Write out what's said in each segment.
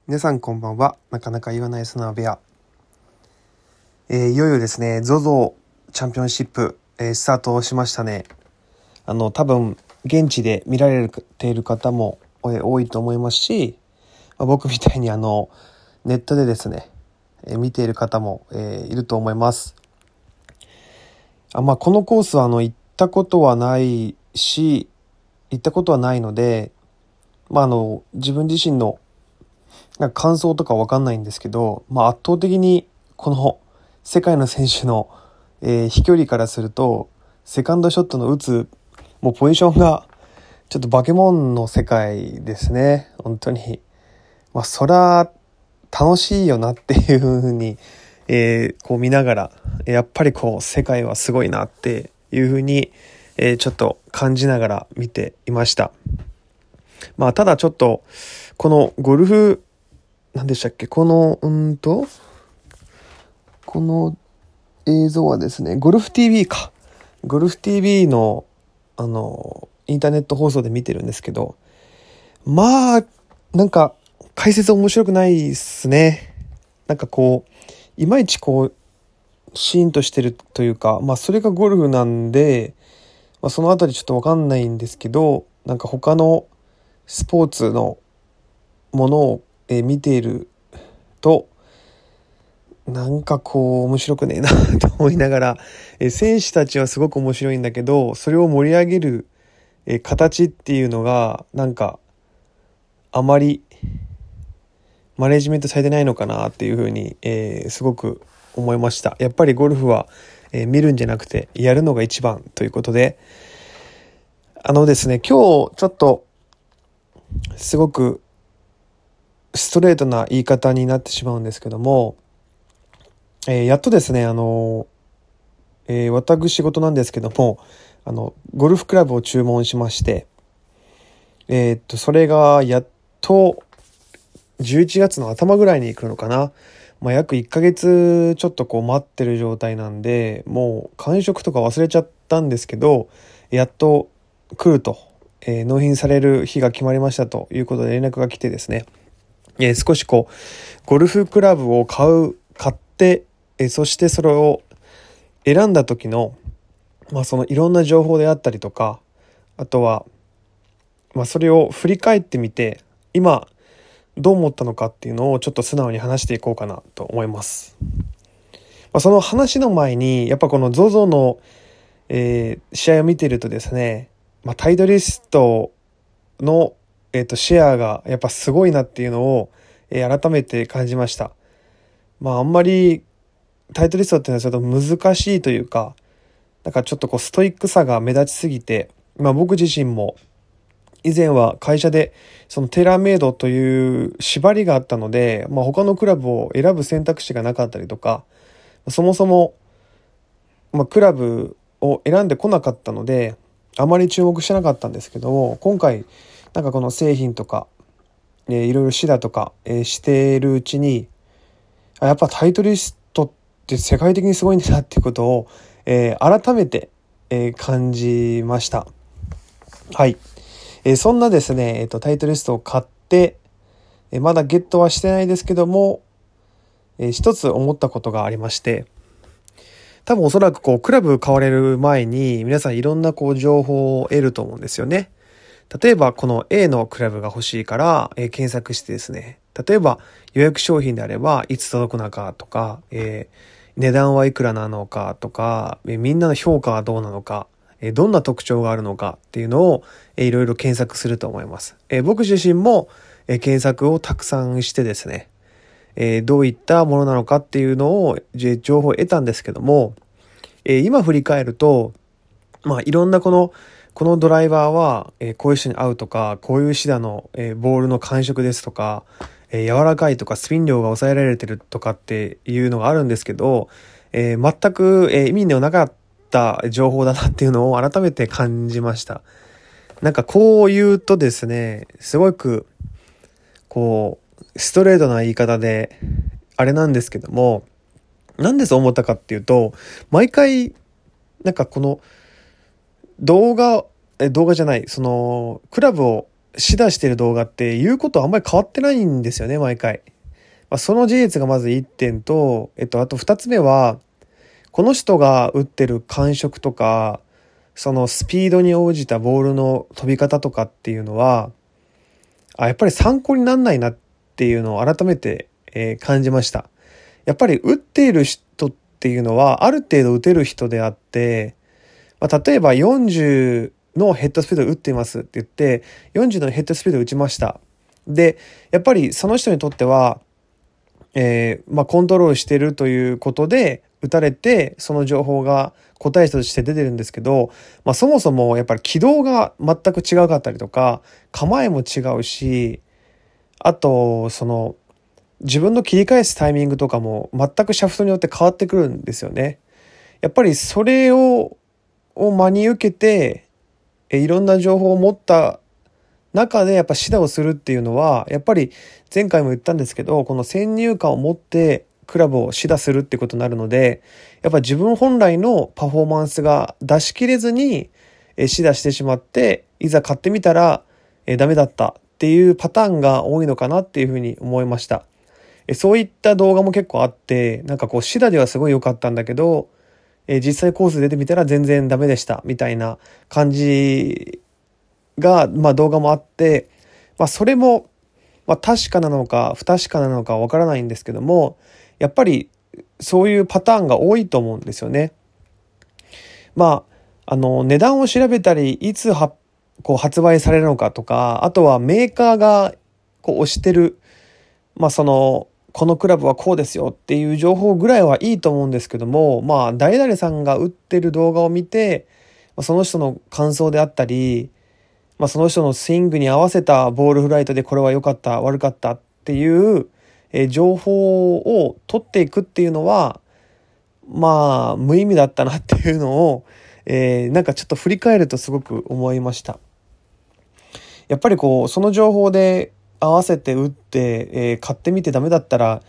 皆さんこんばんは。なかなか言わない砂部屋。いよいよですね、ZOZO チャンピオンシップ、スタートしましたね。多分、現地で見られている方も、多いと思いますし、僕みたいにネットでですね、見ている方も、いると思います。このコースは行ったことはないので、自分自身の感想とかわかんないんですけど、圧倒的にこの世界の選手の、飛距離からすると、セカンドショットの打つもうポジションがちょっと化け物の世界ですね。本当に。そら楽しいよなっていう風に、こう見ながら、やっぱりこう世界はすごいなっていう風に、ちょっと感じながら見ていました。ただちょっとこのゴルフ何でしたっけ、この映像はですね、ゴルフ TV か。ゴルフ TV のインターネット放送で見てるんですけど、解説面白くないっすね。いまいちシーンとしてるというか、それがゴルフなんで、そのあたりちょっとわかんないんですけど、他のスポーツのものを、見ていると、面白くねえなと思いながら、選手たちはすごく面白いんだけど、それを盛り上げる、形っていうのがあまりマネジメントされてないのかなっていうふうに、すごく思いました。やっぱりゴルフは、見るんじゃなくてやるのが一番ということで、ですね、今日ちょっとすごくストレートな言い方になってしまうんですけども、やっとですね、私事なんですけども、ゴルフクラブを注文しまして、それがやっと11月の頭ぐらいに来るのかな。約1ヶ月ちょっと待ってる状態なんで、もう感触とか忘れちゃったんですけど、やっと来ると、納品される日が決まりましたということで連絡が来てですね、少しゴルフクラブを買って、そしてそれを選んだ時の、そのいろんな情報であったりとか、あとは、それを振り返ってみて、今どう思ったのかっていうのをちょっと素直に話していこうかなと思います。その話の前に、やっぱこの ZOZO の、試合を見ているとですね、タイトリストの、シェアがやっぱすごいなっていうのを、改めて感じました。あんまりタイトリストっていうのはちょっと難しいというか、ちょっとストイックさが目立ちすぎて、僕自身も以前は会社でそのテーラーメイドという縛りがあったので、他のクラブを選ぶ選択肢がなかったりとか、そもそも、クラブを選んでこなかったので、あまり注目してなかったんですけども、今回この製品とか、いろいろ試打とか、しているうちに、やっぱタイトリストって世界的にすごいんだなっていうことを、改めて、感じました。はい。そんなですね、タイトリストを買って、まだゲットはしてないですけども、一つ思ったことがありまして、多分おそらくクラブ買われる前に皆さんいろんな情報を得ると思うんですよね。例えばこの A のクラブが欲しいから、検索してですね、例えば予約商品であればいつ届くのかとか、値段はいくらなのかとか、みんなの評価はどうなのか、どんな特徴があるのかっていうのを、いろいろ検索すると思います。僕自身も、検索をたくさんしてですね、どういったものなのかっていうのを情報を得たんですけども、今振り返ると、いろんなこのドライバーは、こういう人に合うとか、こういうシダの、ボールの感触ですとか、柔らかいとかスピン量が抑えられてるとかっていうのがあるんですけど、全く、意味のなかった情報だなっていうのを改めて感じました。こう言うとですね、すごくストレートな言い方であれなんですけども、なんでそう思ったかっていうと、毎回この動画じゃない、そのクラブをシダしてる動画って言うことあんまり変わってないんですよね、毎回。その事実がまず1点と、あと2つ目は、この人が打ってる感触とか、そのスピードに応じたボールの飛び方とかっていうのは、やっぱり参考にならないなっていうのを改めて、感じました。やっぱり打っている人っていうのはある程度打てる人であって、例えば40のヘッドスピードで打っていますって言って40のヘッドスピードで打ちました。で、やっぱりその人にとっては、コントロールしてるということで打たれて、その情報が答えとして出てるんですけど、そもそもやっぱり軌道が全く違かったりとか、構えも違うし、あとその自分の切り返すタイミングとかも全くシャフトによって変わってくるんですよね。やっぱりそれを真に受けて、いろんな情報を持った中でやっぱ指導をするっていうのは、やっぱり前回も言ったんですけど、この先入観を持ってクラブを指導するってことになるので、やっぱ自分本来のパフォーマンスが出し切れずに指導してしまって、いざ買ってみたらダメだったっていうパターンが多いのかなっていうふうに思いました。そういった動画も結構あって、なんかこうシダではすごい良かったんだけど、実際コース出てみたら全然ダメでしたみたいな感じが、動画もあって、それも、確かなのか不確かなのかわからないんですけども、やっぱりそういうパターンが多いと思うんですよね。値段を調べたり、いつ発売されるのかとか、あとはメーカーが推してる、このクラブはこうですよっていう情報ぐらいはいいと思うんですけども、誰々さんが打ってる動画を見て、その人の感想であったり、その人のスイングに合わせたボールフライトでこれは良かった悪かったっていう、情報を取っていくっていうのは無意味だったなっていうのを、なんかちょっと振り返るとすごく思いました。やっぱりその情報で合わせて打って、買ってみてダメだったら、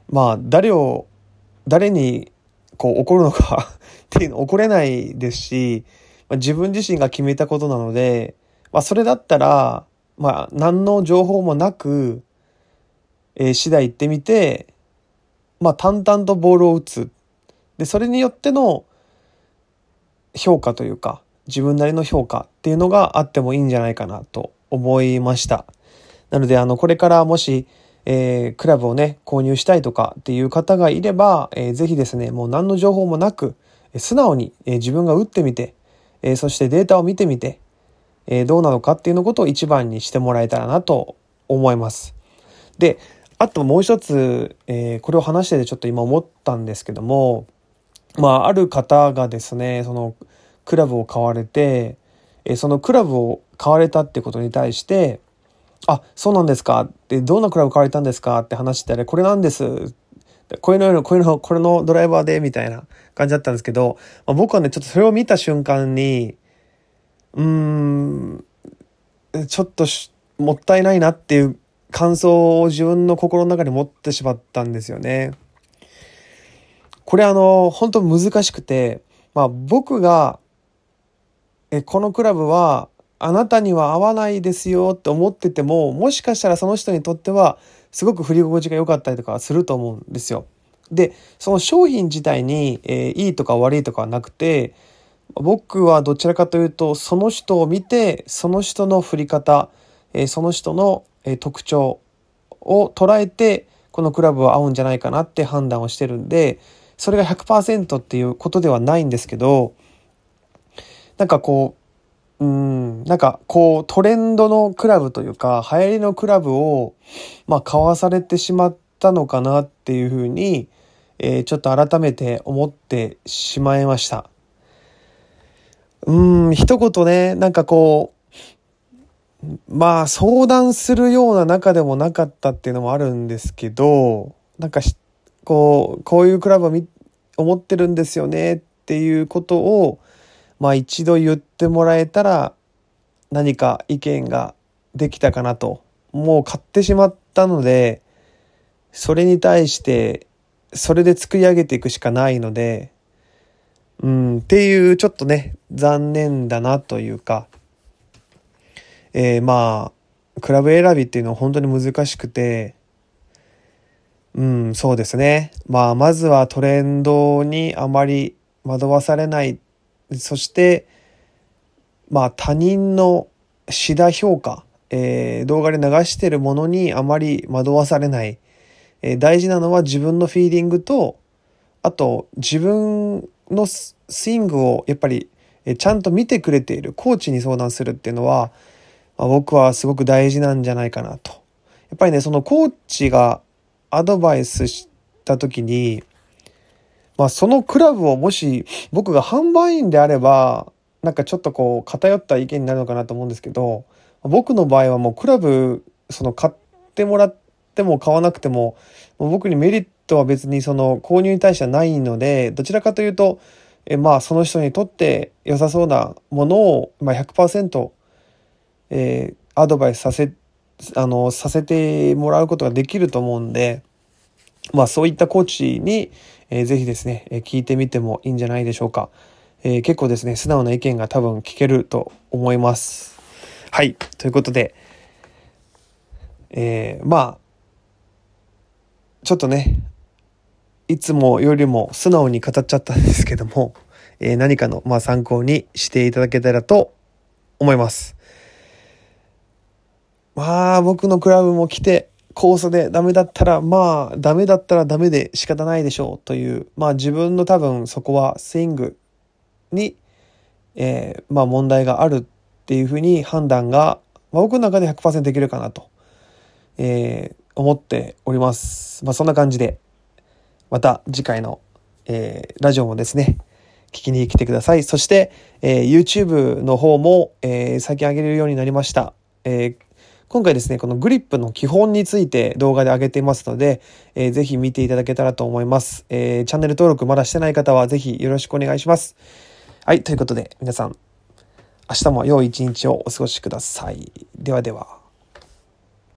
誰に怒るのかっていうの怒れないですし、自分自身が決めたことなので、それだったら、何の情報もなく、次第行ってみて、淡々とボールを打つ。で、それによっての評価というか、自分なりの評価っていうのがあってもいいんじゃないかなと思いました。なので、これからもし、クラブをね、購入したいとかっていう方がいれば、ぜひですね、もう何の情報もなく、素直に、自分が打ってみて、そしてデータを見てみて、どうなのかっていうのことを一番にしてもらえたらなと思います。で、あともう一つ、これを話しててちょっと今思ったんですけども、ある方がですね、そのクラブを買われて、そのクラブを買われたってことに対して、そうなんですかって、どんなクラブ買われたんですかって話してたら、これなんです。これのドライバーで、みたいな感じだったんですけど、僕はね、ちょっとそれを見た瞬間に、ちょっともったいないなっていう感想を自分の心の中に持ってしまったんですよね。これ本当難しくて、僕が、このクラブはあなたには合わないですよって思ってても、もしかしたらその人にとってはすごく振り心地が良かったりとかすると思うんですよ。で、その商品自体に、いいとか悪いとかはなくて、僕はどちらかというと、その人を見て、その人の振り方、その人の、特徴を捉えて、このクラブは合うんじゃないかなって判断をしてるんで、それが 100% っていうことではないんですけど、トレンドのクラブというか、流行りのクラブを、買わされてしまったのかなっていうふうに、ちょっと改めて思ってしまいました。一言ね、相談するような仲でもなかったっていうのもあるんですけど、こういうクラブを思ってるんですよねっていうことを、一度言ってもらえたら何か意見ができたかなと。もう買ってしまったので、それに対してそれで作り上げていくしかないので、っていうちょっとね、残念だなというか、 クラブ選びっていうのは本当に難しくて、そうですね。まずはトレンドにあまり惑わされない。そして、他人の視田評価、動画で流しているものにあまり惑わされない。大事なのは自分のフィーリングと、あと自分のスイングをやっぱりちゃんと見てくれているコーチに相談するっていうのは、僕はすごく大事なんじゃないかなと。やっぱりね、そのコーチがアドバイスした時に、そのクラブをもし僕が販売員であれば、なんかちょっとこう偏った意見になるのかなと思うんですけど、僕の場合はもうクラブ、買ってもらっても買わなくても、僕にメリットは別にその購入に対してはないので、どちらかというと、その人にとって良さそうなものを、100%、アドバイスさせてもらうことができると思うんで、そういったコーチに、ぜひですね、聞いてみてもいいんじゃないでしょうか。結構ですね、素直な意見が多分聞けると思います。はい。ということで、ちょっとね、いつもよりも素直に語っちゃったんですけども、何かの参考にしていただけたらと思います。僕のクラブも来て、コースでダメだったら、ダメだったらダメで仕方ないでしょうという、自分の多分そこはスイングに、問題があるっていうふうに判断が、僕の中で 100% できるかなと、思っております。そんな感じで、また次回の、ラジオもですね、聞きに来てください。そして、YouTube の方も、最近上げれるようになりました。今回ですね、このグリップの基本について動画で上げていますので、ぜひ見ていただけたらと思います。チャンネル登録まだしてない方はぜひよろしくお願いします。はい、ということで皆さん、明日も良い一日をお過ごしください。ではでは。